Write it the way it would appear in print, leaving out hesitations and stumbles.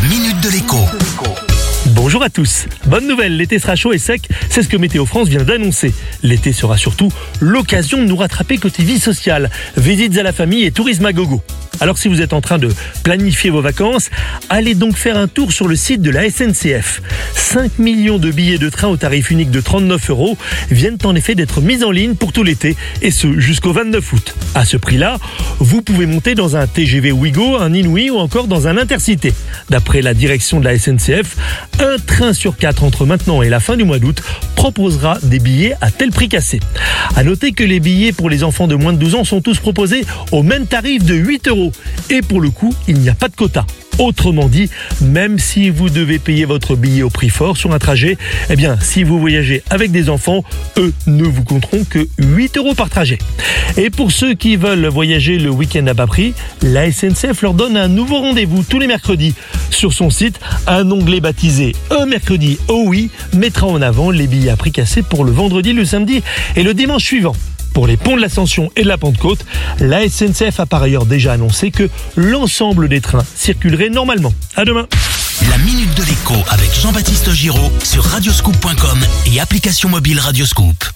minute de l'écho. Bonjour à tous. Bonne nouvelle, l'été sera chaud et sec, c'est ce que Météo France vient d'annoncer. L'été sera surtout l'occasion de nous rattraper côté vie sociale, visites à la famille et tourisme à gogo. Alors si vous êtes en train de planifier vos vacances, allez donc faire un tour sur le site de la SNCF. 5 millions de billets de train au tarif unique de 39 € viennent en effet d'être mis en ligne pour tout l'été, et ce jusqu'au 29 août. À ce prix-là, vous pouvez monter dans un TGV Ouigo, un Inouï ou encore dans un Intercité. D'après la direction de la SNCF, un train sur 4 entre maintenant et la fin du mois d'août proposera des billets à tel prix cassé. À noter que les billets pour les enfants de moins de 12 ans sont tous proposés au même tarif de 8 €. Et pour le coup, il n'y a pas de quota. Autrement dit, même si vous devez payer votre billet au prix fort sur un trajet, si vous voyagez avec des enfants, eux ne vous compteront que 8 € par trajet. Et pour ceux qui veulent voyager le week-end à bas prix, la SNCF leur donne un nouveau rendez-vous tous les mercredis. Sur son site, un onglet baptisé « Un mercredi, oh oui » mettra en avant les billets à prix cassé pour le vendredi, le samedi et le dimanche suivant. Pour les ponts de l'Ascension et de la Pentecôte, la SNCF a par ailleurs déjà annoncé que l'ensemble des trains circuleraient normalement. À demain. La minute de l'écho avec Jean-Baptiste Giraud sur radioscoop.com et application mobile Radioscoop.